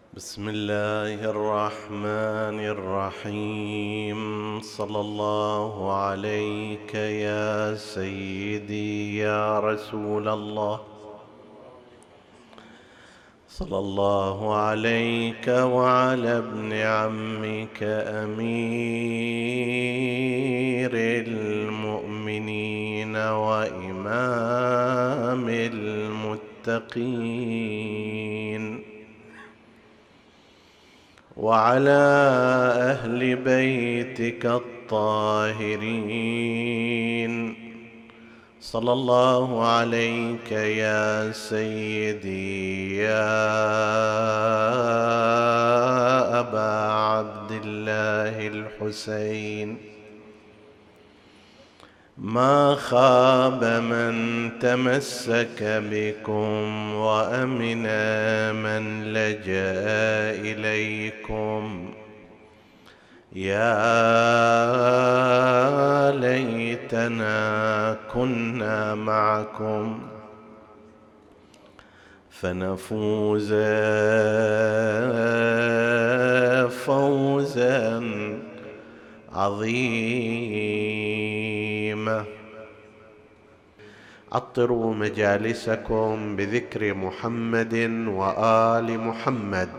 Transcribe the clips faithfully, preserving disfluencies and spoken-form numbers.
بسم الله الرحمن الرحيم. صلى الله عليك يا سيدي يا رسول الله، صلى الله عليك وعلى ابن عمك أمير المؤمنين وإمام المتقين، وعلى أهل بيتك الطاهرين. صلى الله عليك يا سيدي يا أبا عبد الله الحسين. ما خاب من تمسك بكم وأمن من لجأ إليكم. يا ليتنا كنا معكم فنفوز فوزا عظيما. عطروا مجالسكم بذكر محمد وآل محمد.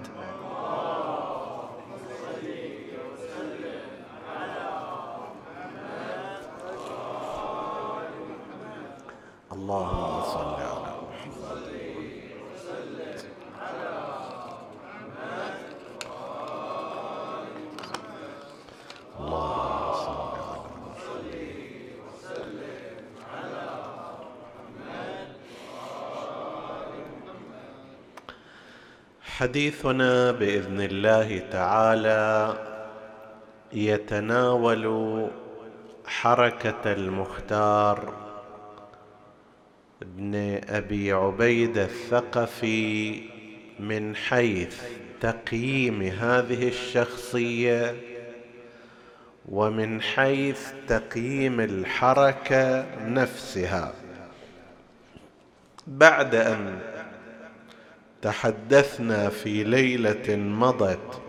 اللهم صل على محمد. اللهم صل على محمد. حديثنا بإذن الله تعالى يتناول حركة المختار ابن أبي عبيدة الثقفي من حيث تقييم هذه الشخصية، ومن حيث تقييم الحركة نفسها. بعد أن تحدثنا في ليلة مضت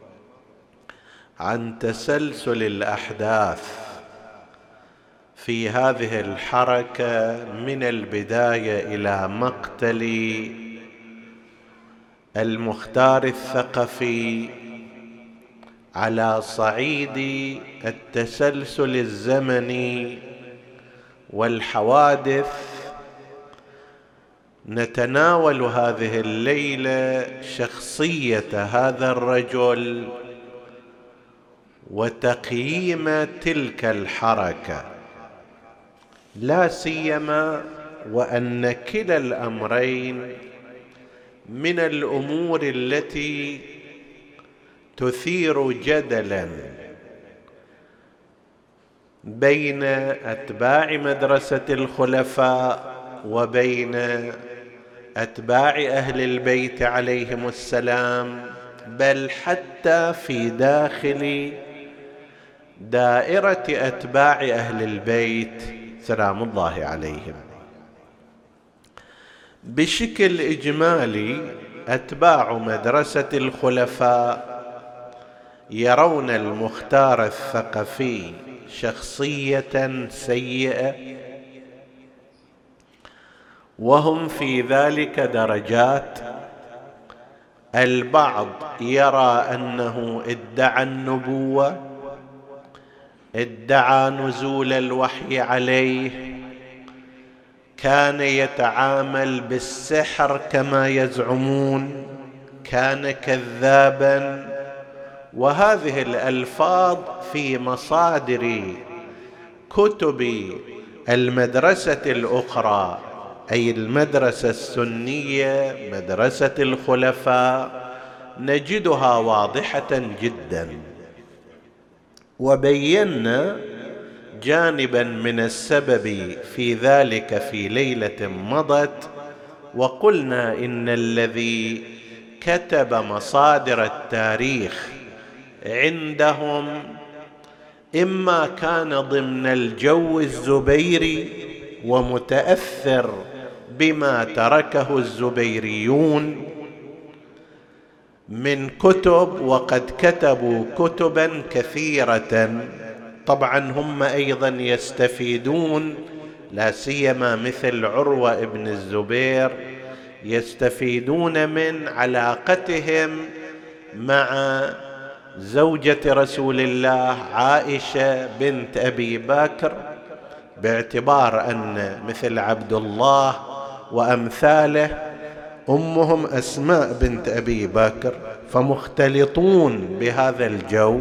عن تسلسل الأحداث في هذه الحركة من البداية إلى مقتل المختار الثقفي، على صعيد التسلسل الزمني والحوادث، نتناول هذه الليلة شخصية هذا الرجل وتقييم تلك الحركة، لا سيما وأن كلا الأمرين من الأمور التي تثير جدلا بين أتباع مدرسة الخلفاء وبين أتباع أهل البيت عليهم السلام، بل حتى في داخل دائرة أتباع أهل البيت سلام الله عليهم. بشكل إجمالي أتباع مدرسة الخلفاء يرون المختار الثقفي شخصية سيئة، وهم في ذلك درجات. البعض يرى أنه ادعى النبوة، ادعى نزول الوحي عليه، كان يتعامل بالسحر كما يزعمون، كان كذابا. وهذه الألفاظ في مصادر كتب المدرسة الأخرى، أي المدرسة السنية مدرسة الخلفاء، نجدها واضحة جدا. وبينا جانبا من السبب في ذلك في ليلة مضت، وقلنا إن الذي كتب مصادر التاريخ عندهم إما كان ضمن الجو الزبيري ومتأثر بما تركه الزبيريون، من كتب، وقد كتبوا كتبا كثيرة. طبعا هم أيضا يستفيدون، لا سيما مثل عروة ابن الزبير، يستفيدون من علاقتهم مع زوجة رسول الله عائشة بنت أبي بكر، باعتبار أن مثل عبد الله وأمثاله أمهم أسماء بنت أبي بكر، فمختلطون بهذا الجو.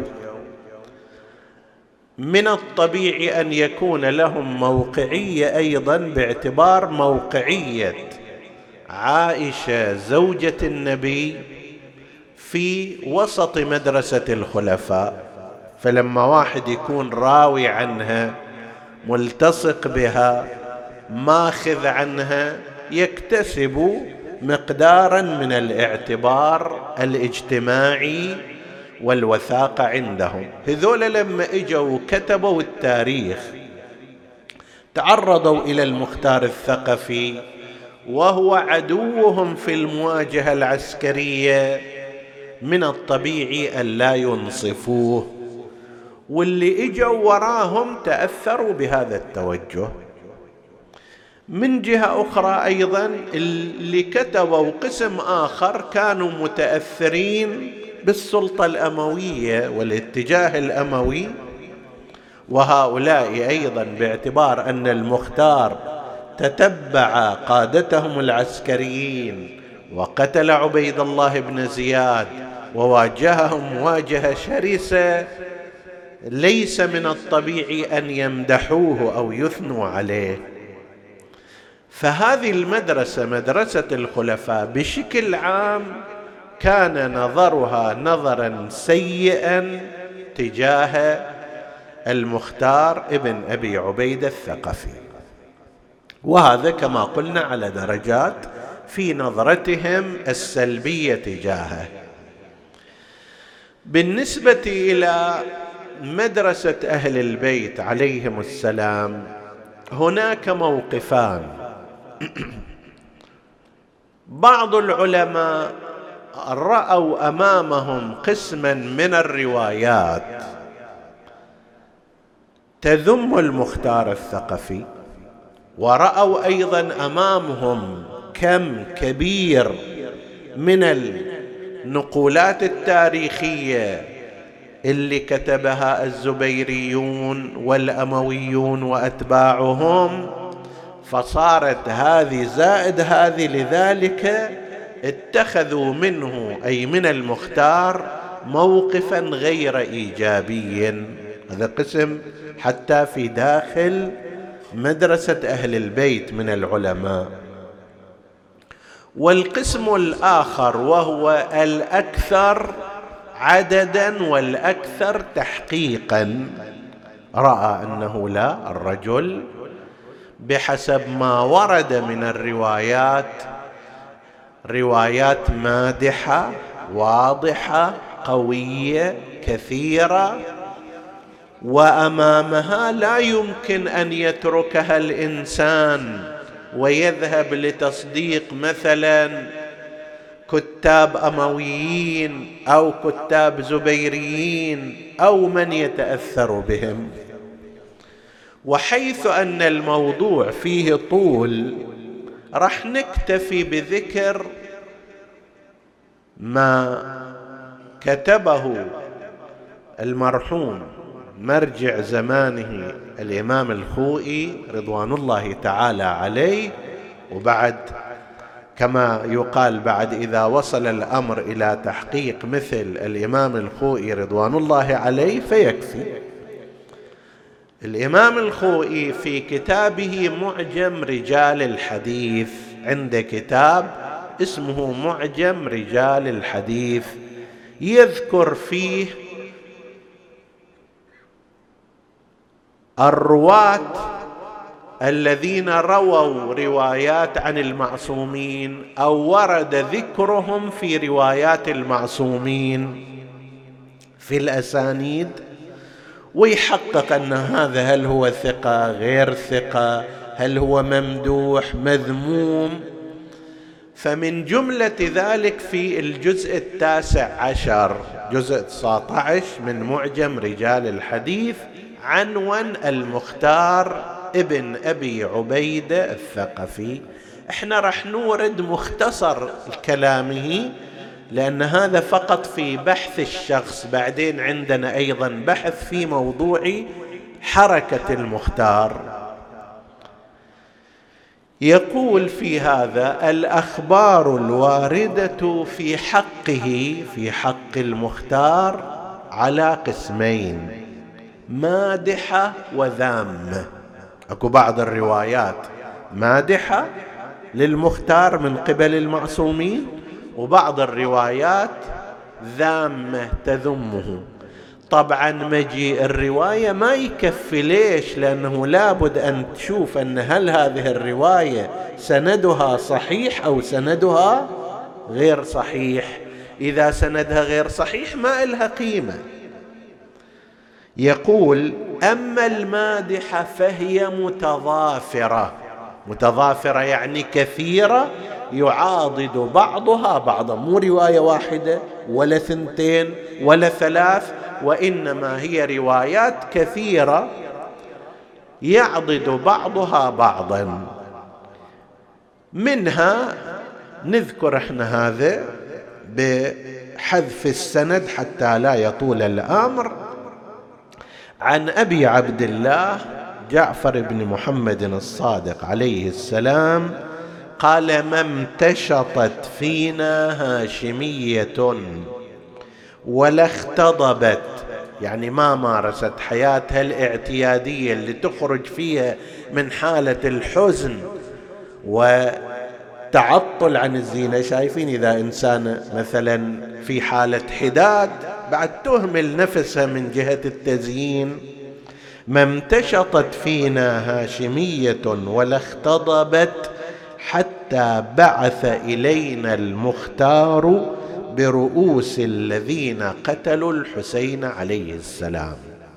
من الطبيعي أن يكون لهم موقعية أيضا، باعتبار موقعية عائشة زوجة النبي في وسط مدرسة الخلفاء. فلما واحد يكون راوي عنها، ملتصق بها، ماخذ عنها، يكتسب مقدارا من الاعتبار الاجتماعي والوثاقة عندهم. هذول لما اجوا كتبوا التاريخ تعرضوا إلى المختار الثقفي وهو عدوهم في المواجهة العسكرية، من الطبيعي أن لا ينصفوه، واللي اجوا وراهم تأثروا بهذا التوجه. من جهة أخرى أيضا اللي كتبوا قسم آخر كانوا متأثرين بالسلطة الأموية والاتجاه الأموي، وهؤلاء أيضا باعتبار أن المختار تتبع قادتهم العسكريين وقتل عبيد الله بن زياد وواجههم مواجهة شرسة، ليس من الطبيعي أن يمدحوه أو يثنوا عليه. فهذه المدرسة، مدرسة الخلفاء بشكل عام، كان نظرها نظرا سيئا تجاه المختار ابن أبي عبيدة الثقفي، وهذا كما قلنا على درجات في نظرتهم السلبية تجاهه. بالنسبة إلى مدرسة أهل البيت عليهم السلام، هناك موقفان. بعض العلماء رأوا أمامهم قسما من الروايات تذم المختار الثقفي، ورأوا أيضا أمامهم كم كبير من النقولات التاريخية اللي كتبها الزبيريون والأمويون وأتباعهم، فصارت هذه زائد هذه، لذلك اتخذوا منه أي من المختار موقفا غير إيجابي. هذا قسم حتى في داخل مدرسة أهل البيت من العلماء. والقسم الآخر وهو الأكثر عددا والأكثر تحقيقا، رأى أنه لا، الرجل بحسب ما ورد من الروايات، روايات مادحة واضحة قوية كثيرة، وأمامها لا يمكن أن يتركها الإنسان ويذهب لتصديق مثلا كتاب أمويين أو كتاب زبيريين أو من يتأثر بهم. وحيث أن الموضوع فيه طول، رح نكتفي بذكر ما كتبه المرحوم مرجع زمانه الإمام الخوئي رضوان الله تعالى عليه، وبعد كما يقال بعد إذا وصل الأمر إلى تحقيق مثل الإمام الخوئي رضوان الله عليه فيكفي. الإمام الخوئي في كتابه معجم رجال الحديث، عنده كتاب اسمه معجم رجال الحديث، يذكر فيه الرواة الذين رووا روايات عن المعصومين أو ورد ذكرهم في روايات المعصومين في الأسانيد، ويحقق أن هذا هل هو ثقة غير ثقة، هل هو ممدوح مذموم. فمن جملة ذلك في الجزء التاسع عشر، جزء تسعة عشر من معجم رجال الحديث، عنوان المختار ابن أبي عبيدة الثقفي. احنا رح نورد مختصر كلامه لأن هذا فقط في بحث الشخص، بعدين عندنا أيضا بحث في موضوع حركة المختار. يقول في هذا: الأخبار الواردة في حقه، في حق المختار، على قسمين: مادحة وذامة. أكو بعض الروايات مادحة للمختار من قبل المعصومين، وبعض الروايات ذامة تذمه. طبعا مجيء الرواية ما يكفي. ليش؟ لأنه لابد أن تشوف أن هل هذه الرواية سندها صحيح أو سندها غير صحيح. إذا سندها غير صحيح ما إلها قيمة. يقول: أما المادحة فهي متضافرة. متضافرة يعني كثيرة، يعاضد بعضها بعضا، مو رواية واحدة ولا ثنتين ولا ثلاث، وإنما هي روايات كثيرة يعضد بعضها بعضا. منها نذكر احنا هذا بحذف السند حتى لا يطول الأمر. عن أبي عبد الله جعفر بن محمد الصادق عليه السلام قال: ما امتشطت فينا هاشمية ولا اختضبت، يعني ما مارست حياتها الاعتيادية اللي تخرج فيها من حالة الحزن وتعطل عن الزينة. شايفين إذا إنسان مثلا في حالة حداد بعد تهمل نفسها من جهة التزيين. ما امتشطت فينا هاشمية ولا اختضبت حتى بعث إلينا المختار برؤوس الذين قتلوا الحسين عليه السلام.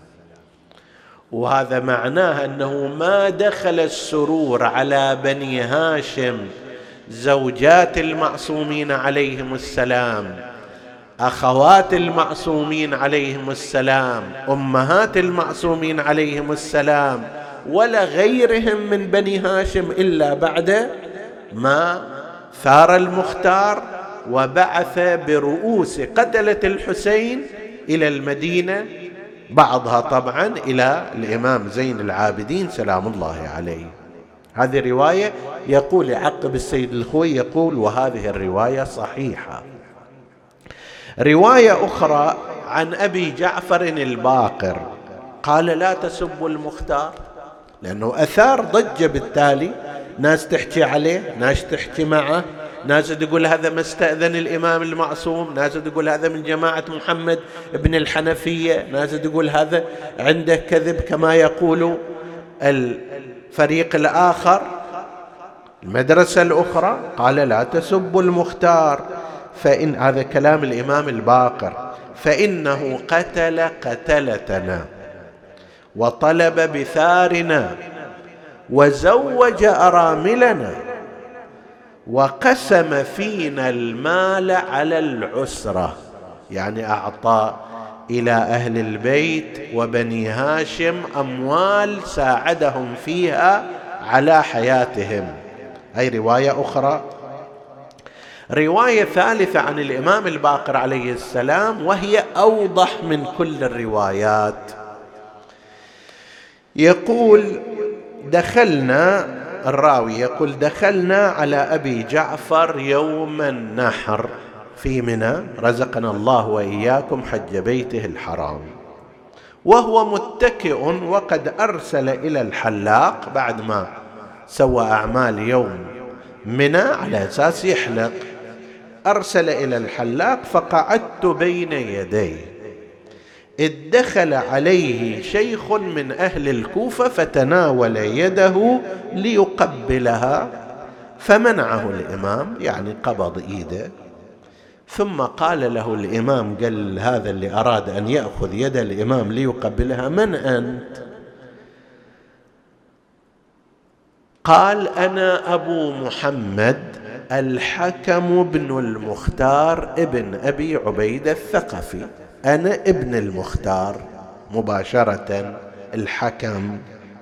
وهذا معناه أنه ما دخل السرور على بني هاشم زوجات المعصومين عليهم السلام، أخوات المعصومين عليهم السلام، أمهات المعصومين عليهم السلام، ولا غيرهم من بني هاشم إلا بعد ما ثار المختار وبعث برؤوس قتلة الحسين إلى المدينة، بعضها طبعا إلى الإمام زين العابدين سلام الله عليه. هذه رواية يقول يعقب السيد الخوي يقول: وهذه الرواية صحيحة. رواية أخرى عن أبي جعفر الباقر قال: لا تسبوا المختار، لأنه أثار ضجة، بالتالي ناس تحكي عليه، ناس تحكي معه، ناس تقول هذا ما استأذن الإمام المعصوم، ناس تقول هذا من جماعة محمد بن الحنفية، ناس تقول هذا عنده كذب كما يقول الفريق الآخر، المدرسة الأخرى. قال: لا تسبوا المختار، فإن هذا كلام الإمام الباقر، فإنه قتل قتلتنا وطلب بثارنا وزوج أراملنا وقسم فينا المال على العسرة، يعني أعطى إلى أهل البيت وبني هاشم أموال ساعدهم فيها على حياتهم. هي رواية أخرى. رواية ثالثة عن الإمام الباقر عليه السلام وهي أوضح من كل الروايات. يقول: دخلنا، الراوي يقول: دخلنا على أبي جعفر يوم النحر في منى، رزقنا الله وإياكم حج بيته الحرام، وهو متكئ وقد أرسل إلى الحلاق بعد ما سوى أعمال يوم منى على أساس يحلق، أرسل إلى الحلاق فقعدت بين يديه، إذ دخل عليه شيخ من أهل الكوفة فتناول يده ليقبلها فمنعه الإمام، يعني قبض إيده، ثم قال له الإمام، قال هذا اللي أراد أن يأخذ يد الإمام ليقبلها: من أنت؟ قال: أنا أبو محمد الحكم بن المختار ابن أبي عبيدة الثقفي، أنا ابن المختار مباشرة الحكم.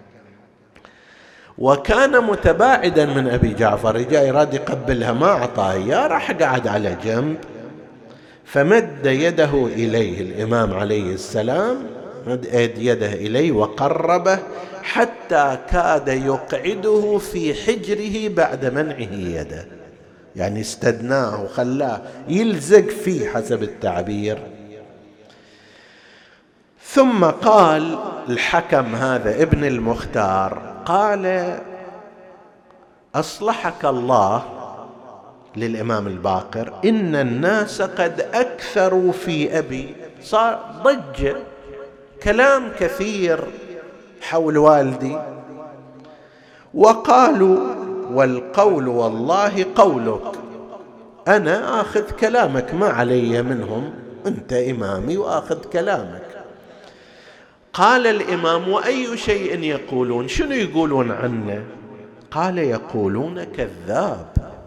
وكان متباعدا من أبي جعفر، جاء يراد يقبلها ما أعطاه إياه، راح قعد على جنب، فمد يده إليه الإمام عليه السلام، مد يده إليه وقربه حتى كاد يقعده في حجره بعد منعه يده، يعني استدناه وخلاه يلزق فيه حسب التعبير. ثم قال الحكم هذا ابن المختار، قال أصلحك الله للإمام الباقر، إن الناس قد أكثروا في أبي، صار ضجة كلام كثير حول والدي، وقالوا والقول والله قولك، أنا آخذ كلامك ما علي منهم، أنت إمامي وآخذ كلامك. قال الإمام وأي شيء يقولون، شنو يقولون عنه؟ قال يقولون كذاب،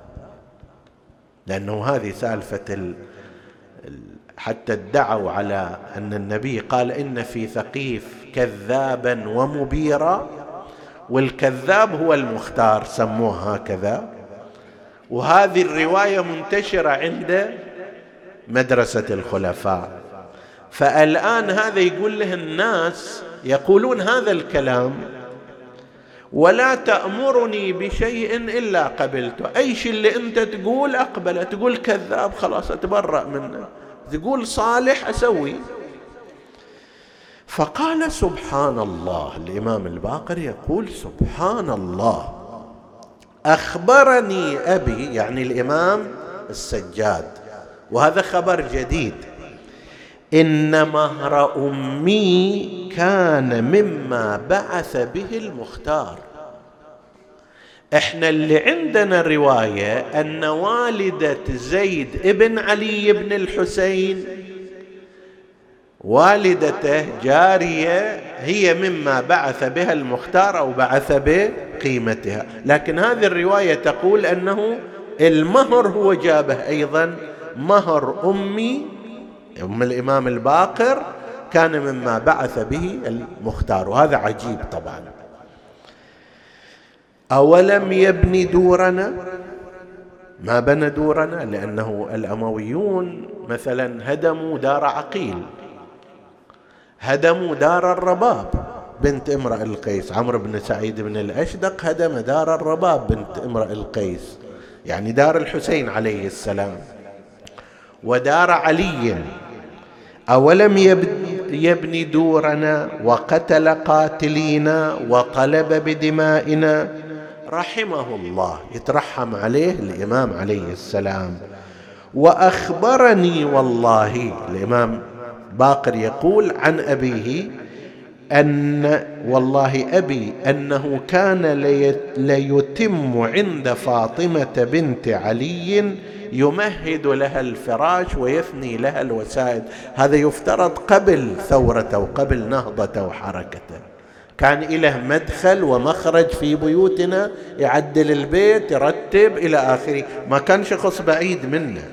لأنه هذه سالفة ال... حتى ادعوا على أن النبي قال إن في ثقيف كذابا ومبيرا، والكذاب هو المختار، سموه هكذا، وهذه الرواية منتشرة عند مدرسة الخلفاء. فالآن هذا يقول له الناس يقولون هذا الكلام، ولا تأمرني بشيء إلا قبلته، أي شيء اللي أنت تقول أقبله، تقول كذاب خلاص أتبرأ منه، تقول صالح أسوي. فقال سبحان الله، الإمام الباقر يقول سبحان الله، أخبرني أبي، يعني الإمام السجاد، وهذا خبر جديد، إن مهر أمي كان مما بعث به المختار. احنا اللي عندنا رواية أن والدة زيد ابن علي بن الحسين والدته جارية هي مما بعث بها المختار أو بعث بقيمتها، لكن هذه الرواية تقول أنه المهر هو جابه أيضا، مهر أمي أم الإمام الباقر كان مما بعث به المختار، وهذا عجيب طبعا. أولم يبني دورنا، ما بنى دورنا، لأنه الأمويون مثلا هدموا دار عقيل، هدموا دار الرباب بنت امرأ القيس، عمرو بن سعيد بن الأشدق هدم دار الرباب بنت امرأ القيس، يعني دار الحسين عليه السلام ودار علي. أولم يبني دورنا وقتل قاتلينا وطلب بدمائنا، رحمه الله، يترحم عليه الإمام عليه السلام. وأخبرني والله، الإمام باقر يقول عن أبيه أن والله أبي أنه كان ليتم عند فاطمة بنت علي يمهد لها الفراش ويثني لها الوسائد، هذا يفترض قبل ثورته وقبل نهضته وحركته، كان إله مدخل ومخرج في بيوتنا، يعدل البيت يرتب إلى آخره، ما كان شخص بعيد منه.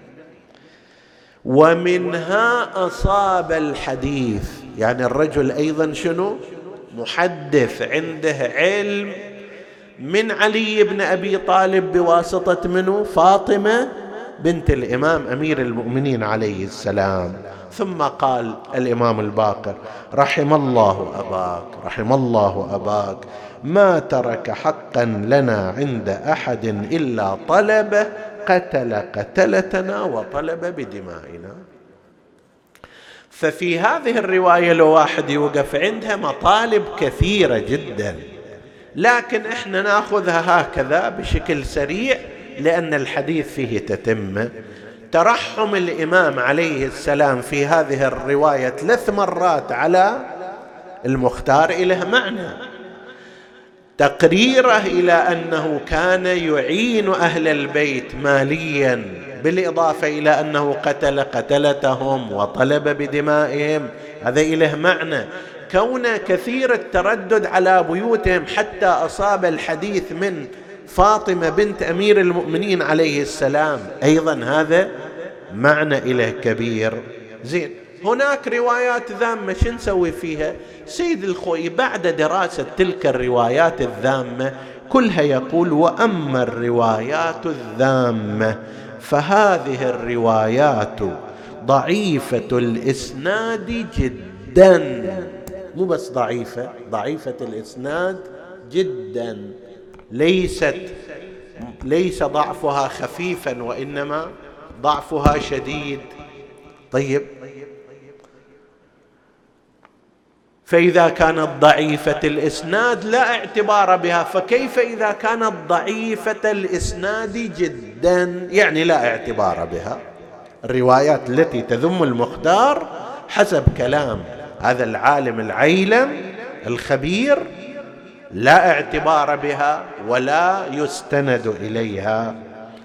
ومنها أصاب الحديث، يعني الرجل أيضا شنو؟ محدث، عنده علم من علي بن أبي طالب بواسطة منه؟ فاطمة بنت الإمام أمير المؤمنين عليه السلام. ثم قال الإمام الباقر رحم الله أباك، رحم الله أباك، ما ترك حقا لنا عند أحد إلا طلبه، قتل قتلتنا وطلب بدمائنا. ففي هذه الرواية لو واحد يوقف عندها مطالب كثيرة جدا، لكن احنا ناخذها هكذا بشكل سريع لأن الحديث فيه تتمة. ترحم الإمام عليه السلام في هذه الرواية ثلاث مرات على المختار إله معنى، تقريره إلى أنه كان يعين أهل البيت ماليا، بالإضافة إلى أنه قتل قتلتهم وطلب بدمائهم، هذا إله معنى. كون كثير التردد على بيوتهم حتى أصاب الحديث من فاطمة بنت أمير المؤمنين عليه السلام، أيضا هذا معنى إله كبير. زين، هناك روايات ذامة، شو نسوي فيها؟ سيد الخوئي بعد دراسة تلك الروايات الذامة كلها يقول: وأما الروايات الذامة فهذه الروايات ضعيفة الإسناد جدا. مو بس ضعيفة، ضعيفة الإسناد جدا، ليست ليس ضعفها خفيفا وإنما ضعفها شديد. طيب، فإذا كانت ضعيفة الإسناد لا اعتبار بها، فكيف إذا كانت ضعيفة الإسناد جدا؟ يعني لا اعتبار بها. الروايات التي تذم المختار حسب كلام هذا العالم العيلم الخبير لا اعتبار بها ولا يستند إليها.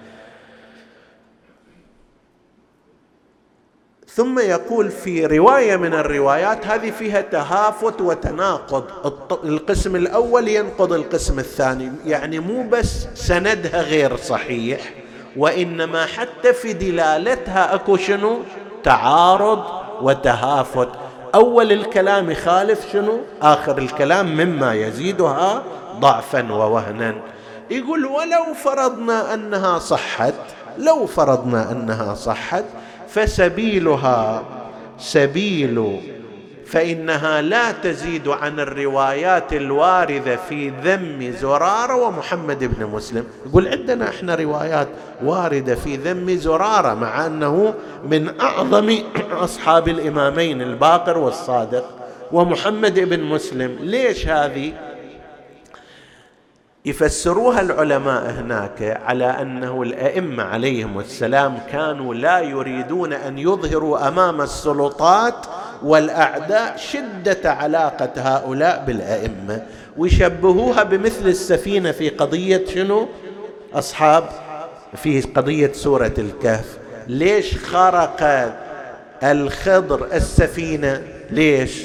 ثم يقول في رواية من الروايات هذه فيها تهافت وتناقض، القسم الأول ينقض القسم الثاني، يعني مو بس سندها غير صحيح وإنما حتى في دلالتها أكو شنو؟ تعارض وتهافت. أول الكلام يخالف شنو؟ آخر الكلام، مما يزيدها ضعفا ووهنا. يقول: ولو فرضنا أنها صحت، لو فرضنا أنها صحت فسبيلها سبيل فإنها لا تزيد عن الروايات الواردة في ذم زرارة ومحمد بن مسلم. يقول: عندنا احنا روايات واردة في ذم زرارة مع أنه من أعظم أصحاب الإمامين الباقر والصادق، ومحمد بن مسلم. ليش هذه؟ يفسروها العلماء هناك على أنه الأئمة عليهم السلام كانوا لا يريدون أن يظهروا أمام السلطات والأعداء شدة علاقة هؤلاء بالأئمة، ويشبهوها بمثل السفينة في قضية شنو؟ أصحاب في قضية سورة الكهف. ليش خرق الخضر السفينة؟ ليش؟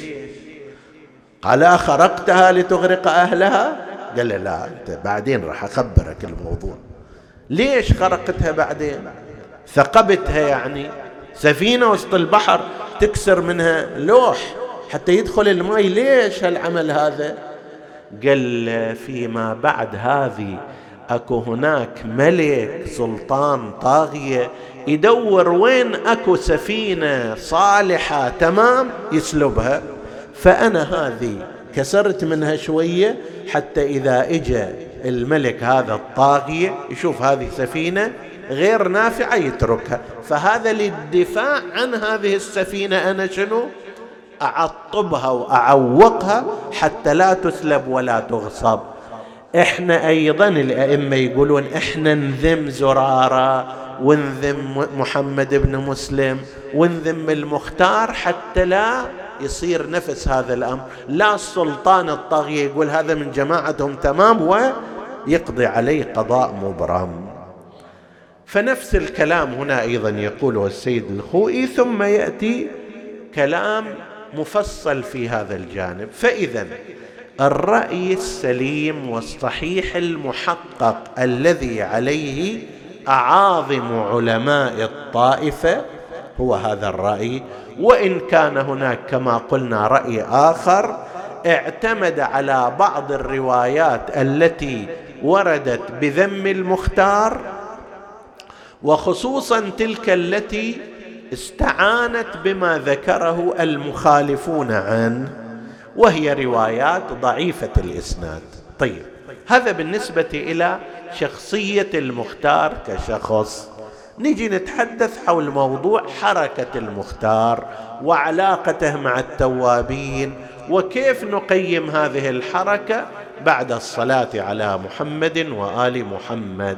قال: أخرقتها لتغرق أهلها؟ قال: لا، أنت بعدين راح أخبرك الموضوع. ليش خرقتها بعدين؟ ثقبتها، يعني سفينة وسط البحر تكسر منها لوح حتى يدخل الماء، ليش هالعمل هذا؟ قال: فيما بعد هذه أكو هناك ملك سلطان طاغية يدور وين أكو سفينة صالحة تمام يسلبها، فأنا هذه كسرت منها شوية حتى إذا إجا الملك هذا الطاغية يشوف هذه سفينة غير نافعة يتركها، فهذا للدفاع عن هذه السفينة أنا شنو؟ أعطبها وأعوقها حتى لا تسلب ولا تغصب. إحنا أيضا الأئمة يقولون إحنا نذم زرارة ونذم محمد بن مسلم ونذم المختار حتى لا يصير نفس هذا الأمر، لا السلطان الطاغية يقول هذا من جماعتهم تمام ويقضي عليه قضاء مبرم. فنفس الكلام هنا أيضا يقوله السيد الخوئي، ثم يأتي كلام مفصل في هذا الجانب. فإذا الرأي السليم والصحيح المحقق الذي عليه أعاظم علماء الطائفة هو هذا الرأي، وإن كان هناك كما قلنا رأي آخر اعتمد على بعض الروايات التي وردت بذم المختار، وخصوصا تلك التي استعانت بما ذكره المخالفون عنه، وهي روايات ضعيفة الإسناد. طيب، هذا بالنسبة إلى شخصية المختار كشخص. نجي نتحدث حول موضوع حركة المختار وعلاقته مع التوابين، وكيف نقيم هذه الحركة بعد الصلاة على محمد وآل محمد.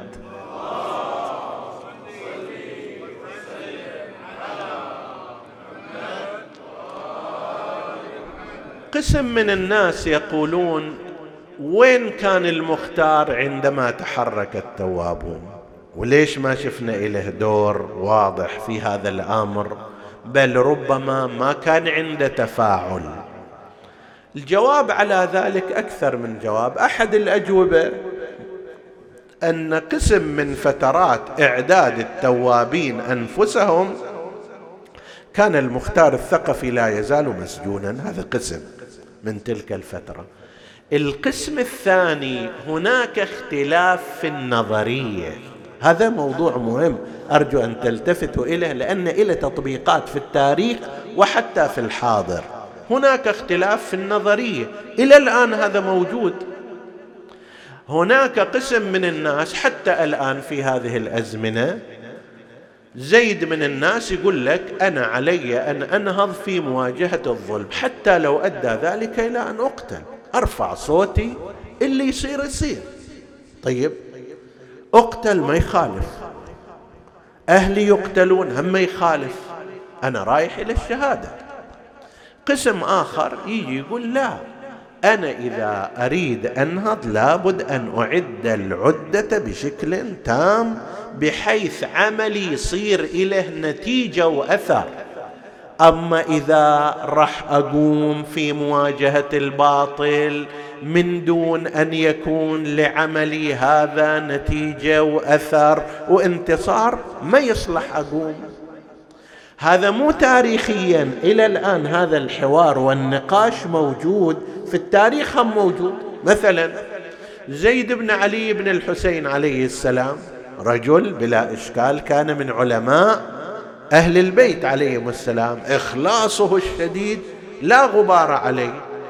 قسم من الناس يقولون: وين كان المختار عندما تحرك التوابون؟ وليش ما شفنا إله دور واضح في هذا الأمر، بل ربما ما كان عنده تفاعل؟ الجواب على ذلك أكثر من جواب. أحد الأجوبة أن قسم من فترات إعداد التوابين أنفسهم كان المختار الثقفي لا يزال مسجونا، هذا قسم من تلك الفترة. القسم الثاني هناك اختلاف في النظرية، هذا موضوع مهم أرجو أن تلتفتوا إليه، لأن إلى تطبيقات في التاريخ وحتى في الحاضر. هناك اختلاف في النظرية إلى الآن، هذا موجود. هناك قسم من الناس حتى الآن في هذه الأزمنة، زيد من الناس يقول لك أنا علي أن أنهض في مواجهة الظلم حتى لو أدى ذلك إلى أن أقتل، أرفع صوتي، اللي يصير يصير. طيب أقتل ما يخالف، أهلي يقتلون هم ما يخالف، أنا رايح إلى الشهادة. قسم آخر يجي يقول لا، أنا إذا أريد أنهض لابد أن أعد العدة بشكل تام بحيث عملي يصير إليه نتيجة وأثر. أما إذا راح أقوم في مواجهة الباطل من دون أن يكون لعملي هذا نتيجة وأثر وانتصار، ما يصلح أقوم. هذا مو تاريخيا، إلى الآن هذا الحوار والنقاش موجود في التاريخ، هم موجود. مثلا زيد بن علي بن الحسين عليه السلام رجل بلا إشكال كان من علماء أهل البيت عليهم السلام، إخلاصه الشديد لا غبار عليه،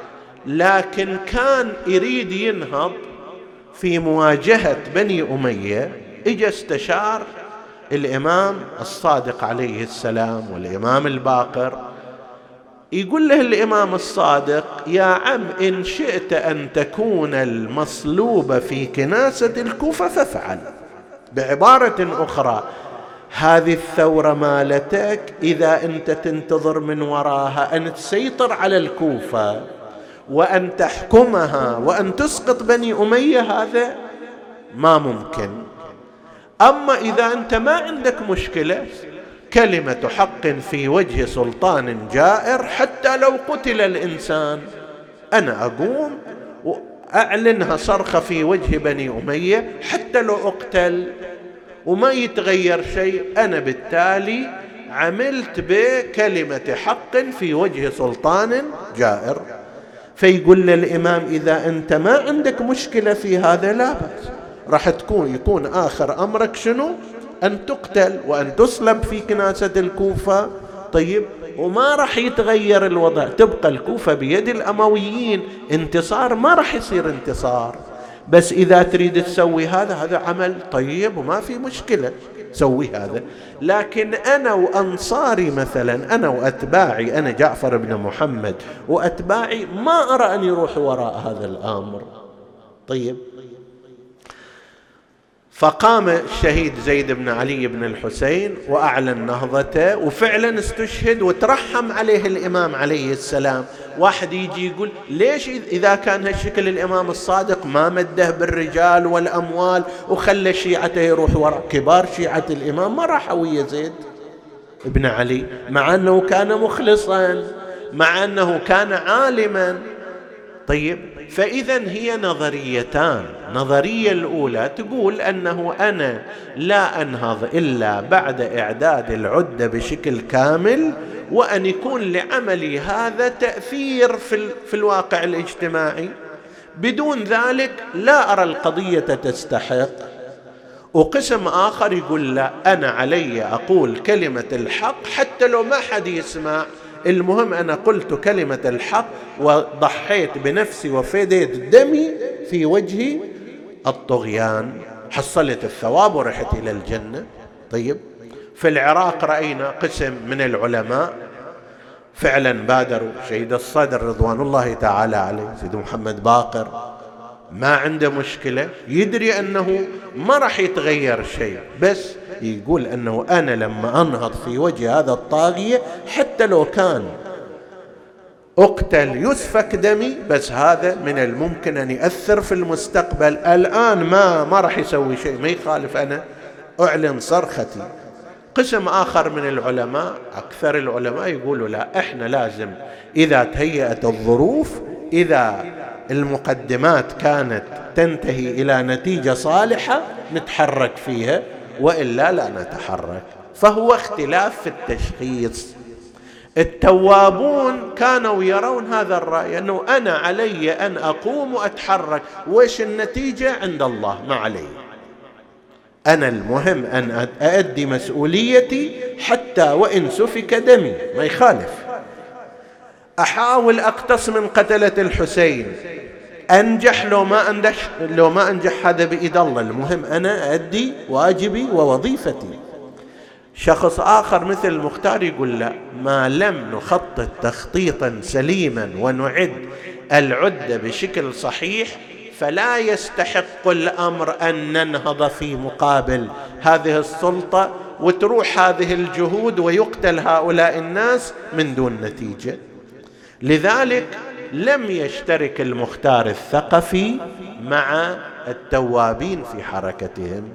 لكن كان يريد ينهض في مواجهة بني أمية. إجا استشار الإمام الصادق عليه السلام والإمام الباقر، يقول له الإمام الصادق يا عم إن شئت أن تكون المصلوب في كناسة الكوفة فافعل. بعبارة أخرى، هذه الثورة مالتك إذا أنت تنتظر من وراها أن تسيطر على الكوفة وأن تحكمها وأن تسقط بني أمية، هذا ما ممكن. أما إذا أنت ما عندك مشكلة، كلمة حق في وجه سلطان جائر حتى لو قتل الإنسان، أنا أقوم وأعلنها صرخة في وجه بني أمية حتى لو أقتل وما يتغير شيء، أنا بالتالي عملت بكلمة حق في وجه سلطان جائر. فيقول للإمام إذا أنت ما عندك مشكلة في هذا لا بأس، راح تكون يكون آخر أمرك شنو؟ أن تقتل وأن تسلب في كناسة الكوفة. طيب وما راح يتغير الوضع، تبقى الكوفة بيد الأمويين، انتصار ما راح يصير انتصار. بس إذا تريد تسوي هذا، هذا عمل طيب وما في مشكلة، سوي هذا. لكن أنا وأنصاري مثلا، أنا وأتباعي، أنا جعفر بن محمد وأتباعي، ما أرى أن يروح وراء هذا الأمر. طيب فقام الشهيد زيد بن علي بن الحسين وأعلن نهضته، وفعلا استشهد وترحم عليه الإمام عليه السلام. واحد يجي يقول ليش إذا كان هالشكل الإمام الصادق ما مده بالرجال والأموال وخلى شيعته يروح وراء؟ كبار شيعة الإمام ما راحوا ويا زيد بن علي، مع أنه كان مخلصا، مع أنه كان عالما. طيب فإذا هي نظريتان. نظرية الأولى تقول أنه أنا لا أنهض إلا بعد إعداد العدة بشكل كامل، وأن يكون لعملي هذا تأثير في, في الواقع الاجتماعي، بدون ذلك لا أرى القضية تستحق. وقسم آخر يقول لا، أنا علي أقول كلمة الحق حتى لو ما حد يسمع، المهم أنا قلت كلمة الحق وضحيت بنفسي وفديت دمي في وجه الطغيان، حصلت الثواب ورحت إلى الجنة. طيب في العراق رأينا قسم من العلماء فعلا بادروا، شهيد الصدر رضوان الله تعالى عليه سيد محمد باقر، ما عنده مشكلة، يدري أنه ما راح يتغير شيء، بس يقول أنه أنا لما أنهض في وجه هذا الطاغية حتى لو كان أقتل يسفك دمي، بس هذا من الممكن أن يأثر في المستقبل. الآن ما ما راح يسوي شيء، ما يخالف، أنا أعلن صرختي. قسم آخر من العلماء، أكثر العلماء، يقولوا لا، إحنا لازم إذا تهيأت الظروف، إذا المقدمات كانت تنتهي إلى نتيجة صالحة نتحرك فيها، وإلا لا نتحرك. فهو اختلاف في التشخيص. التوابون كانوا يرون هذا الرأي، أنه أنا علي أن أقوم وأتحرك، وإيش النتيجة عند الله ما علي، أنا المهم أن أؤدي مسؤوليتي حتى وإن سفك دمي ما يخالف. أحاول أقتص من قتلة الحسين، أنجح لو ما أنجح لو ما أنجح هذا بإيد الله، المهم أنا أؤدي واجبي ووظيفتي. شخص آخر مثل المختار يقول لا، ما لم نخطط تخطيطا سليما ونعد العدة بشكل صحيح فلا يستحق الأمر أن ننهض في مقابل هذه السلطة وتروح هذه الجهود ويقتل هؤلاء الناس من دون نتيجة. لذلك لم يشترك المختار الثقفي مع التوابين في حركتهم.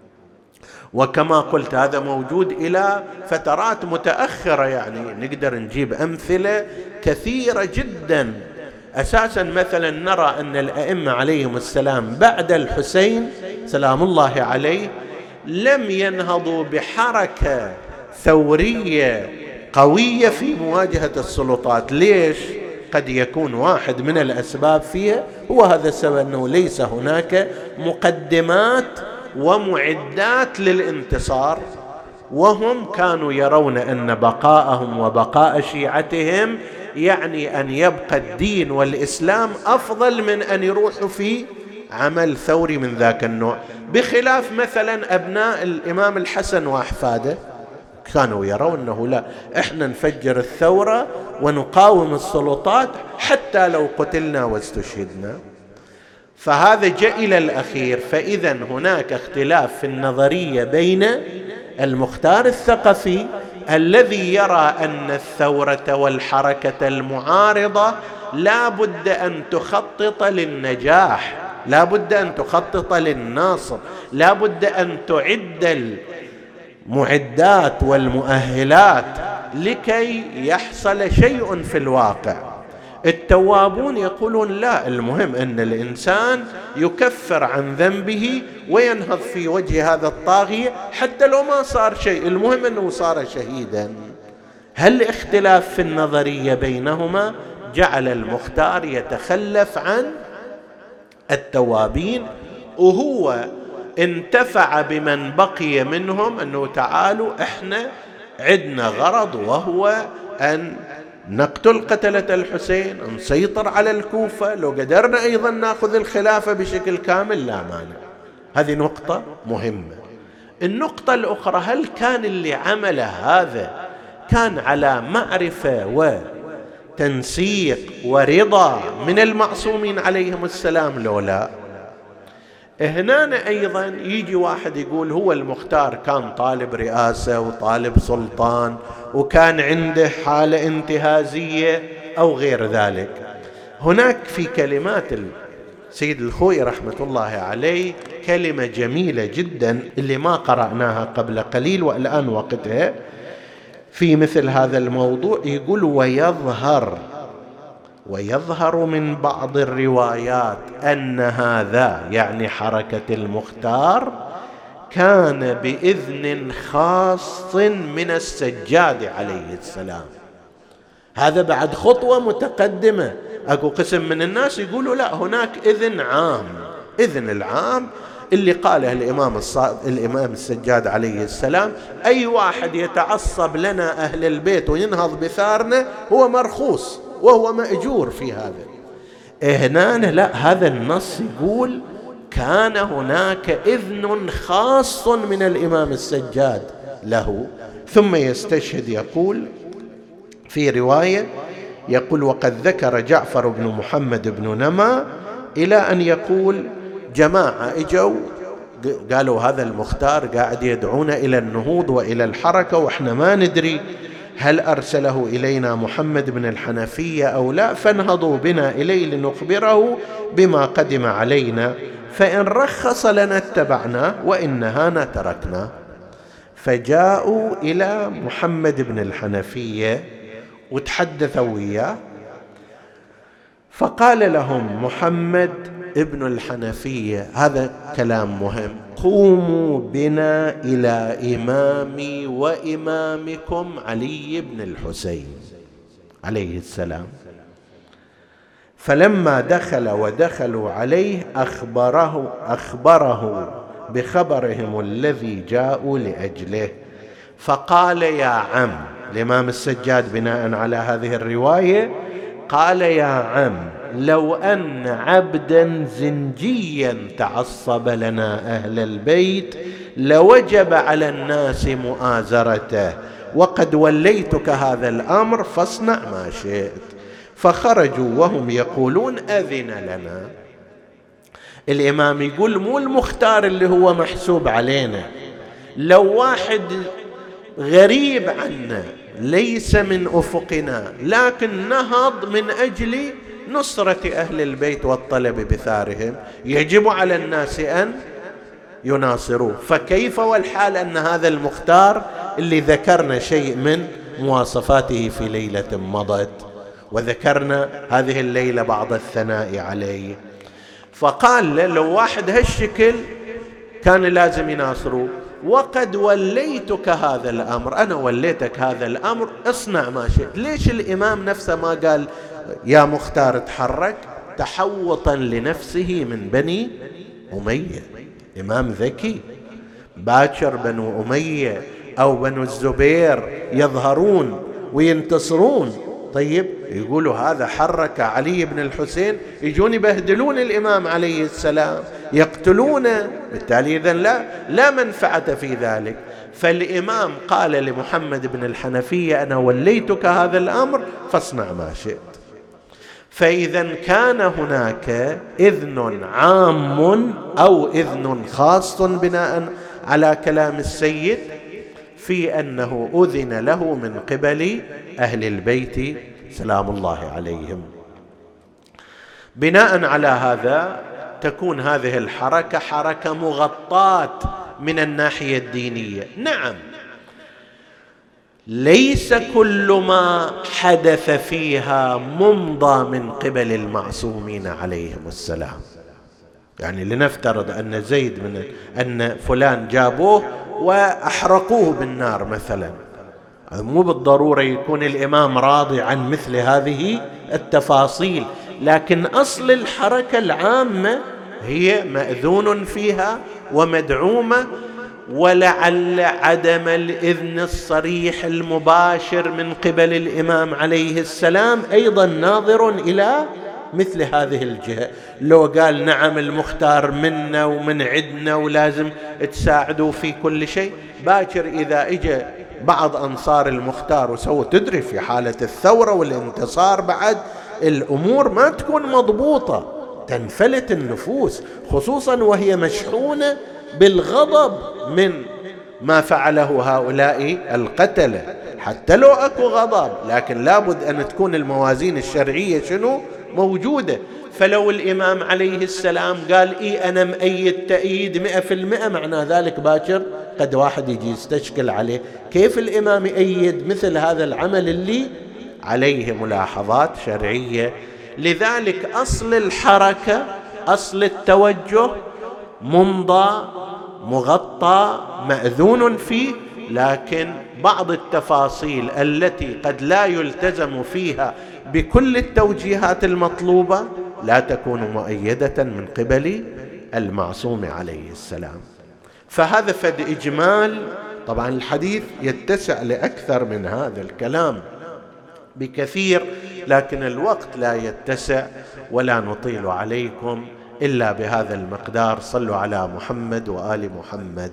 وكما قلت هذا موجود إلى فترات متأخرة، يعني نقدر نجيب أمثلة كثيرة جدا. أساسا مثلا نرى أن الأئمة عليهم السلام بعد الحسين سلام الله عليه لم ينهضوا بحركة ثورية قوية في مواجهة السلطات. ليش؟ قد يكون واحد من الأسباب فيها هو هذا السبب، أنه ليس هناك مقدمات ومعدات للانتصار، وهم كانوا يرون أن بقاءهم وبقاء شيعتهم يعني أن يبقى الدين والإسلام أفضل من أن يروحوا في عمل ثوري من ذاك النوع. بخلاف مثلا أبناء الإمام الحسن وأحفاده كانوا يرون أنه لا، إحنا نفجر الثورة ونقاوم السلطات حتى لو قتلنا واستشهدنا. فهذا جاء إلى الأخير. فإذا هناك اختلاف في النظرية بين المختار الثقفي الذي يرى أن الثورة والحركة المعارضة لا بد أن تخطط للنجاح، لا بد أن تخطط للنصر، لا بد أن تعد المعدات والمؤهلات لكي يحصل شيء في الواقع. التوابون يقولون لا، المهم أن الإنسان يكفر عن ذنبه وينهض في وجه هذا الطاغية حتى لو ما صار شيء، المهم أنه صار شهيدا. هل اختلاف في النظرية بينهما جعل المختار يتخلف عن التوابين، وهو انتفع بمن بقي منهم أنه تعالوا إحنا عندنا غرض وهو أن نقتل قتلة الحسين، نسيطر على الكوفة، لو قدرنا أيضا نأخذ الخلافة بشكل كامل لا مانع. هذه نقطة مهمة. النقطة الأخرى، هل كان اللي عمل هذا كان على معرفة وتنسيق ورضا من المعصومين عليهم السلام لو لا؟ هنا أيضا يجي واحد يقول هو المختار كان طالب رئاسة وطالب سلطان وكان عنده حالة انتهازية أو غير ذلك. هناك في كلمات السيد الخوئي رحمة الله عليه كلمة جميلة جدا اللي ما قرأناها قبل قليل والآن وقتها في مثل هذا الموضوع. يقول ويظهر ويظهر من بعض الروايات أن هذا يعني حركة المختار كان بإذن خاص من السجاد عليه السلام. هذا بعد خطوة متقدمة. أكو قسم من الناس يقولوا لا، هناك إذن عام. إذن العام اللي قاله الإمام, الإمام السجاد عليه السلام، أي واحد يتعصب لنا أهل البيت وينهض بثارنا هو مرخوص وهو مأجور في هذا. هنا لا، هذا النص يقول كان هناك إذن خاص من الإمام السجاد له. ثم يستشهد يقول في رواية، يقول وقد ذكر جعفر بن محمد بن نما إلى أن يقول جماعة اجوا قالوا هذا المختار قاعد يدعونا إلى النهوض وإلى الحركة وإحنا ما ندري هل أرسله إلينا محمد بن الحنفية أو لا، فانهضوا بنا إليه لنخبره بما قدم علينا، فإن رخص لنا اتبعنا وإن نهانا تركنا. فجاءوا إلى محمد بن الحنفية وتحدثوا وياه، فقال لهم محمد ابن الحنفية، هذا كلام مهم: قوموا بنا إلى إمامي وإمامكم علي بن الحسين عليه السلام. فلما دخل ودخلوا عليه أخبره, أخبره بخبرهم الذي جاءوا لأجله، فقال: يا عم، الإمام السجاد بناء على هذه الرواية قال: يا عم، لو أن عبدا زنجيا تعصب لنا أهل البيت لوجب على الناس مؤازرته، وقد وليتك هذا الأمر فاصنع ما شئت. فخرجوا وهم يقولون: أذن لنا. الإمام يقول: مو المختار اللي هو محسوب علينا، لو واحد غريب عنا ليس من أفقنا لكن نهض من أجل نصرة أهل البيت والطلب بثارهم، يجب على الناس أن يناصروه. فكيف والحال أن هذا المختار اللي ذكرنا شيء من مواصفاته في ليلة مضت، وذكرنا هذه الليلة بعض الثناء عليه. فقال له: لو واحد هالشكل كان لازم يناصروه، وقد وليتك هذا الأمر، أنا وليتك هذا الأمر، اصنع ما شئت. ليش الإمام نفسه ما قال يا مختار تحرك؟ تحوطا لنفسه من بني أمية. إمام ذكي، باكر بنو أمية أو بنو الزبير يظهرون وينتصرون، طيب يقولوا هذا حرك علي بن الحسين، يجون يبهدلون الإمام عليه السلام، يقتلونه، بالتالي إذن لا لا منفعة في ذلك. فالإمام قال لمحمد بن الحنفية: أنا وليتك هذا الأمر فاصنع ما شئت. فإذا كان هناك إذن عام أو إذن خاص بناء على كلام السيد في أنه أذن له من قبل أهل البيت سلام الله عليهم. بناء على هذا تكون هذه الحركة حركة مغطاة من الناحية الدينية. نعم، ليس كل ما حدث فيها ممضى من قبل المعصومين عليهم السلام. يعني لنفترض أن زيد من أن فلان جابوه وأحرقوه بالنار مثلا، مو بالضرورة يكون الإمام راضي عن مثل هذه التفاصيل، لكن أصل الحركة العامة هي مأذون فيها ومدعومة، ولعل عدم الإذن الصريح المباشر من قبل الإمام عليه السلام أيضا ناظر إلى مثل هذه الجهة. لو قال نعم المختار منا ومن عدنا ولازم تساعدوا في كل شيء، باكر إذا إجا بعض أنصار المختار وسووا، تدري في حالة الثورة والانتصار بعد الأمور ما تكون مضبوطة، تنفلت النفوس، خصوصا وهي مشحونة بالغضب من ما فعله هؤلاء القتلة. حتى لو أكو غضب لكن لابد أن تكون الموازين الشرعية شنو موجودة. فلو الإمام عليه السلام قال إيه أنا مأيد تأييد مئة في المئة، معنى ذلك باكر قد واحد يجي يستشكل عليه كيف الإمام يأيد مثل هذا العمل اللي عليه ملاحظات شرعية. لذلك أصل الحركة، أصل التوجه ممضى مغطى مأذون فيه، لكن بعض التفاصيل التي قد لا يلتزم فيها بكل التوجيهات المطلوبة لا تكون مؤيدة من قبل المعصوم عليه السلام. فهذا فد إجمال. طبعا الحديث يتسع لأكثر من هذا الكلام بكثير، لكن الوقت لا يتسع ولا نطيل عليكم إلا بهذا المقدار. صلوا على محمد وآل محمد.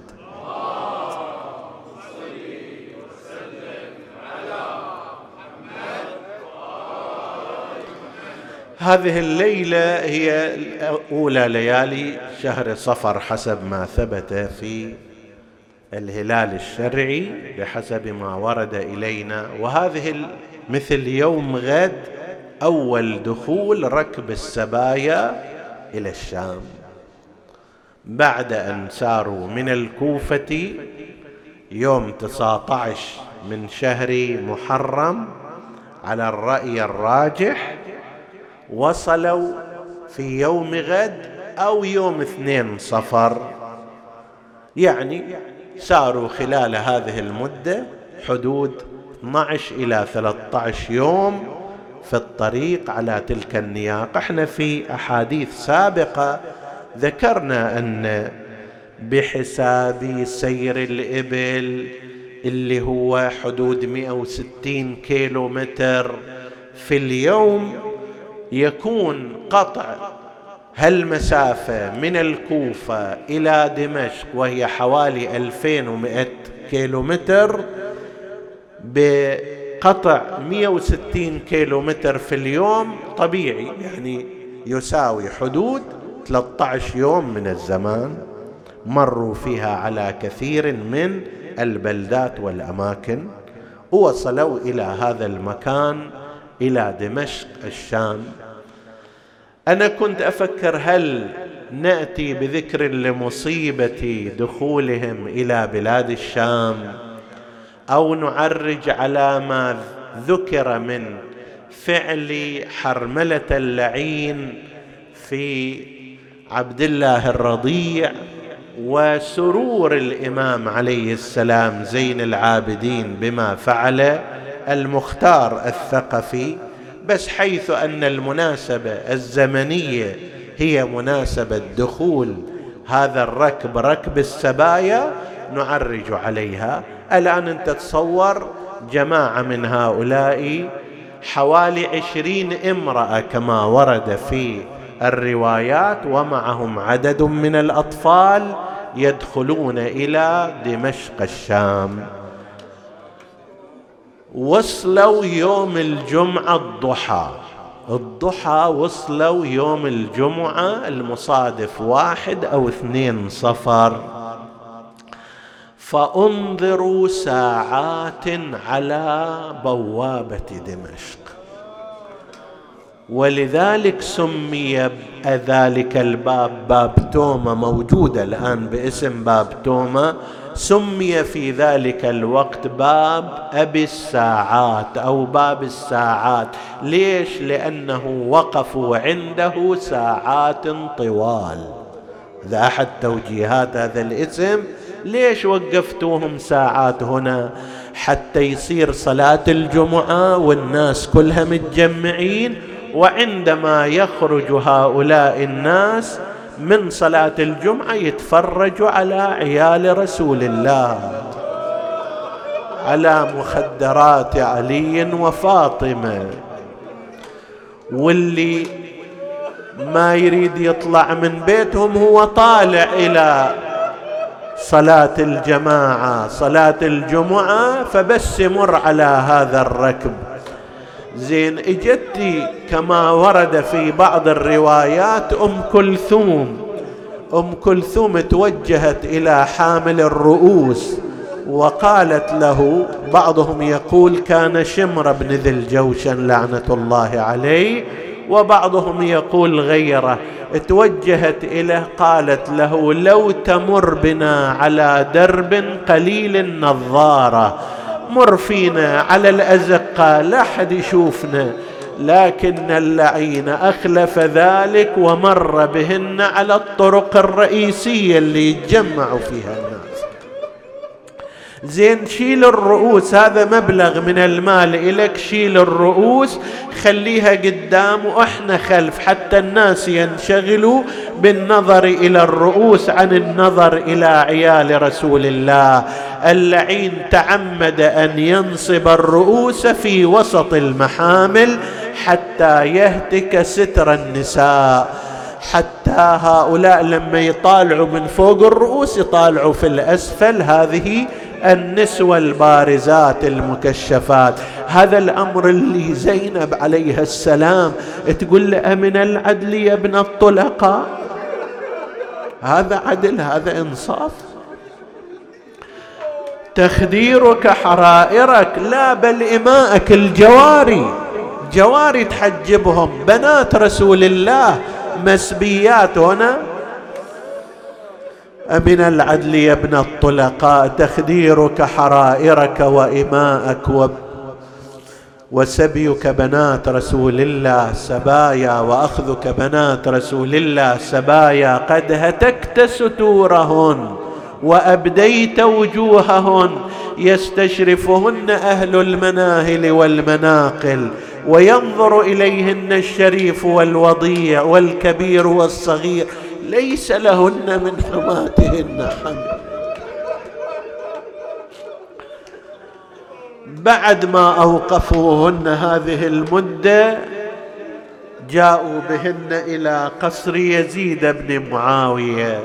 هذه الليلة هي أولى ليالي شهر صفر حسب ما ثبت في الهلال الشرعي بحسب ما ورد إلينا، وهذه مثل يوم غد أول دخول ركب السبايا إلى الشام بعد أن ساروا من الكوفة يوم تسعة عشر من شهر محرم على الرأي الراجح، وصلوا في يوم غد أو يوم اثنين صفر، يعني ساروا خلال هذه المدة حدود اثني عشر إلى ثلاثة عشر يوم في الطريق على تلك النياقة. احنا في أحاديث سابقة ذكرنا أن بحساب سير الإبل اللي هو حدود مئة وستين كيلو متر في اليوم، يكون قطع هالمسافة من الكوفة إلى دمشق وهي حوالي ألفين ومئة كيلو متر، بقطع مئة وستين كيلو متر في اليوم طبيعي، يعني يساوي حدود ثلاثة عشر يوم من الزمان مروا فيها على كثير من البلدات والأماكن، ووصلوا إلى هذا المكان إلى دمشق الشام. أنا كنت أفكر هل نأتي بذكر لمصيبة دخولهم إلى بلاد الشام، أو نعرج على ما ذكر من فعل حرملة اللعين في عبد الله الرضيع، وسرور الإمام عليه السلام زين العابدين بما فعل المختار الثقفي، بس حيث أن المناسبة الزمنية هي مناسبة دخول هذا الركب ركب السبايا نعرج عليها. الآن أنت تصور جماعة من هؤلاء حوالي عشرين امرأة كما ورد في الروايات، ومعهم عدد من الأطفال يدخلون إلى دمشق الشام. وصلوا يوم الجمعة الضحى الضحى وصلوا يوم الجمعة المصادف واحد أو اثنين صفر، فأنظروا ساعات على بوابة دمشق، ولذلك سمي ذلك الباب باب توما، موجود الآن باسم باب توما، سمي في ذلك الوقت باب أبي الساعات أو باب الساعات. ليش؟ لأنه وقفوا عنده ساعات طوال. هذا أحد توجيهات هذا الاسم. ليش وقفتوهم ساعات هنا؟ حتى يصير صلاة الجمعة والناس كلها متجمعين، وعندما يخرج هؤلاء الناس من صلاة الجمعة يتفرجوا على عيال رسول الله، على مخدرات علي وفاطمة، واللي ما يريد يطلع من بيتهم هو طالع إلى صلاة الجماعة صلاة الجمعة، فبس يمر على هذا الركب. زين، اجتي كما ورد في بعض الروايات أم كلثوم أم كلثوم توجهت إلى حامل الرؤوس وقالت له، بعضهم يقول كان شمر بن ذي الجوشن لعنة الله عليه، وبعضهم يقول غيره، توجهت إليه قالت له لو تمر بنا على درب قليل النظارة، مر فينا على الأزقة لا حد يشوفنا، لكن اللعين أخلف ذلك ومر بهن على الطرق الرئيسية اللي يتجمعوا فيها الناس. زين، شيل الرؤوس، هذا مبلغ من المال إلك، شيل الرؤوس خليها قدام وإحنا خلف، حتى الناس ينشغلوا بالنظر إلى الرؤوس عن النظر إلى عيال رسول الله. اللعين تعمد أن ينصب الرؤوس في وسط المحامل حتى يهتك ستر النساء، حتى هؤلاء لما يطالعوا من فوق الرؤوس يطالعوا في الأسفل، هذه النسوة البارزات المكشفات. هذا الأمر اللي زينب عليها السلام تقول له أمن العدل يا ابن الطلقاء؟ هذا عدل؟ هذا إنصاف؟ تخديرك حرائرك، لا بل إماءك الجواري، جواري تحجبهم، بنات رسول الله مسبيات هنا. أمن العدل يا ابن الطلقاء تخديرك حرائرك وإماءك وسبيك بنات رسول الله سبايا، وأخذك بنات رسول الله سبايا، قد هتكت ستورهن وأبديت وجوههن، يستشرفهن أهل المناهل والمناقل، وينظر إليهن الشريف والوضيع والكبير والصغير، ليس لهن من حماتهن حمل. بعد ما أوقفوهن هذه المدة جاءوا بهن إلى قصر يزيد بن معاوية،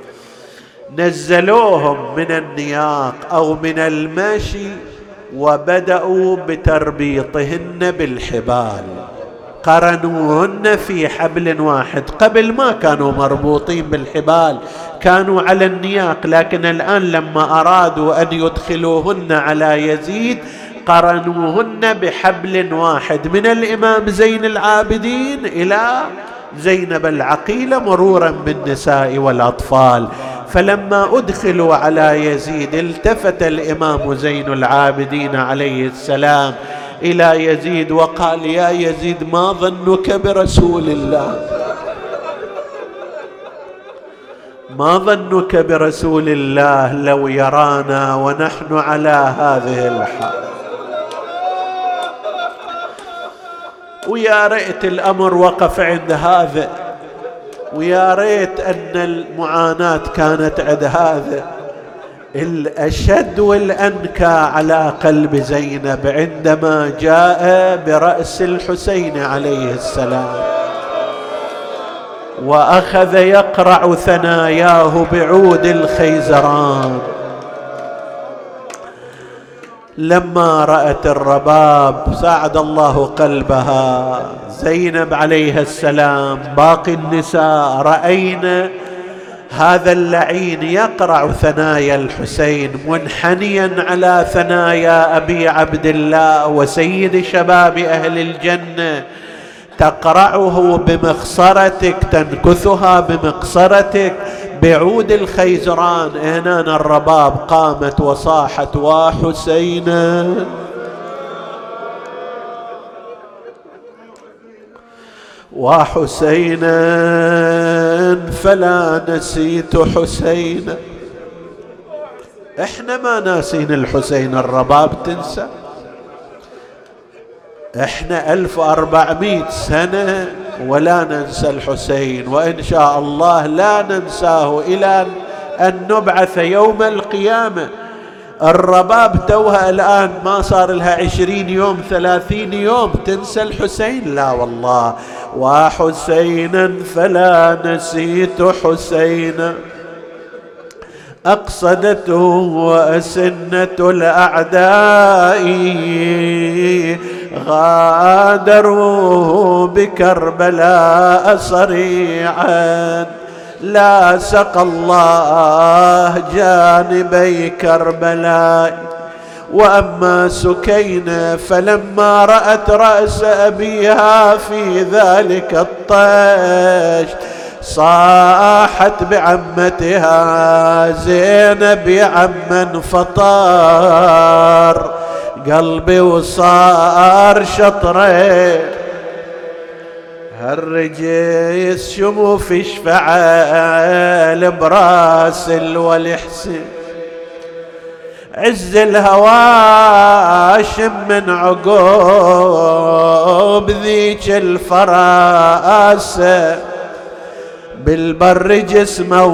نزلوهم من النياق أو من المشي وبدأوا بتربيطهن بالحبال، قرنوهن في حبل واحد. قبل ما كانوا مربوطين بالحبال، كانوا على النياق، لكن الآن لما أرادوا أن يدخلوهن على يزيد قرنوهن بحبل واحد، من الإمام زين العابدين إلى زينب العقيلة، مرورا بالنساء والأطفال. فلما أدخلوا على يزيد التفت الإمام زين العابدين عليه السلام إلى يزيد وقال: يا يزيد، ما ظنك برسول الله؟ ما ظنك برسول الله لو يرانا ونحن على هذه الحال؟ ويا ريت الأمر وقف عند هذا، ويا ريت أن المعاناة كانت عند هذا. الأشد والأنكى على قلب زينب عندما جاء برأس الحسين عليه السلام وأخذ يقرع ثناياه بعود الخيزران. لما رأت الرباب ساعد الله قلبها زينب عليه السلام، باقي النساء رأينا هذا اللعين يقرع ثنايا الحسين منحنيا على ثنايا أبي عبد الله وسيد شباب أهل الجنة، تقرعه بمخصرتك، تنكثها بمقصرتك بعود الخيزران. هنا الرباب قامت وصاحت: وحسينا وحسينا فلا نسيت حسينا. احنا ما ناسين الحسين، الرباب تنسى؟ احنا ألف وأربعمائة سنة ولا ننسى الحسين، وإن شاء الله لا ننساه إلى أن نبعث يوم القيامة. الرباب توها الآن ما صار لها عشرين يوم ثلاثين يوم تنسى الحسين؟ لا والله. وحسينا فلا نسيت حسينا، أقصدته وأسنة الأعداء، غادروا بكربلاء صريعا، لا سقى الله جانبي كربلاء. وأما سكينة فلما رأت رأس أبيها في ذلك الطيش صاحت بعمتها زينب: يا عمن فطار قلبي وصار شطرين، هالرجيس شموف يشفعل براس الولي حسين، عز الهوى شم من عقوب ذيك الفراسة، بالبر جسمه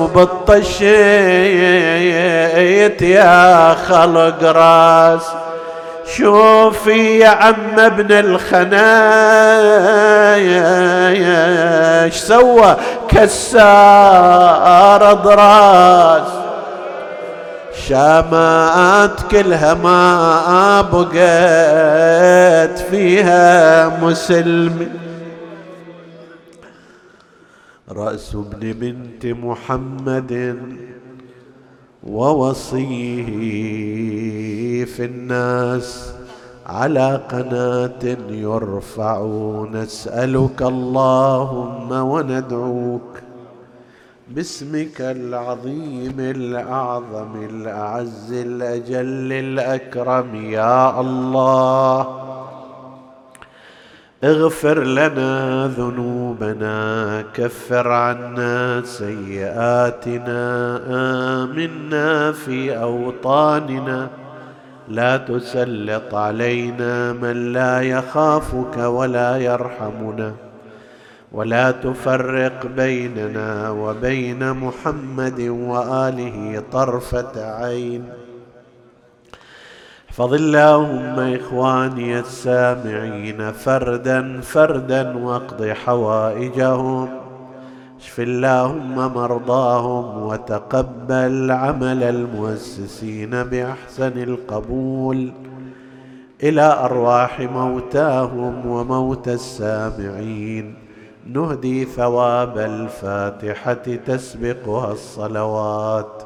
وبالطشيت يا خلق راس. شوفي يا عم ابن الخنايا ايش سوى، كسار ضراس، شامات كلها ما بقت فيها مسلم. رأس ابن بنت محمد ووصيه في الناس على قناة يرفع، نسألك اللهم وندعوك باسمك العظيم الأعظم الأعز الأجل الأكرم، يا الله اغفر لنا ذنوبنا، كفر عنا سيئاتنا، آمنا في أوطاننا، لا تسلط علينا من لا يخافك ولا يرحمنا، ولا تفرق بيننا وبين محمد وآله طرفة عين. احفظ اللهم إخواني السامعين فردا فردا، واقض حوائجهم، اشف اللهم مرضاهم، وتقبل عمل المؤسسين بأحسن القبول، إلى أرواح موتاهم وموتى السامعين نهدي ثواب الفاتحة تسبقها الصلوات.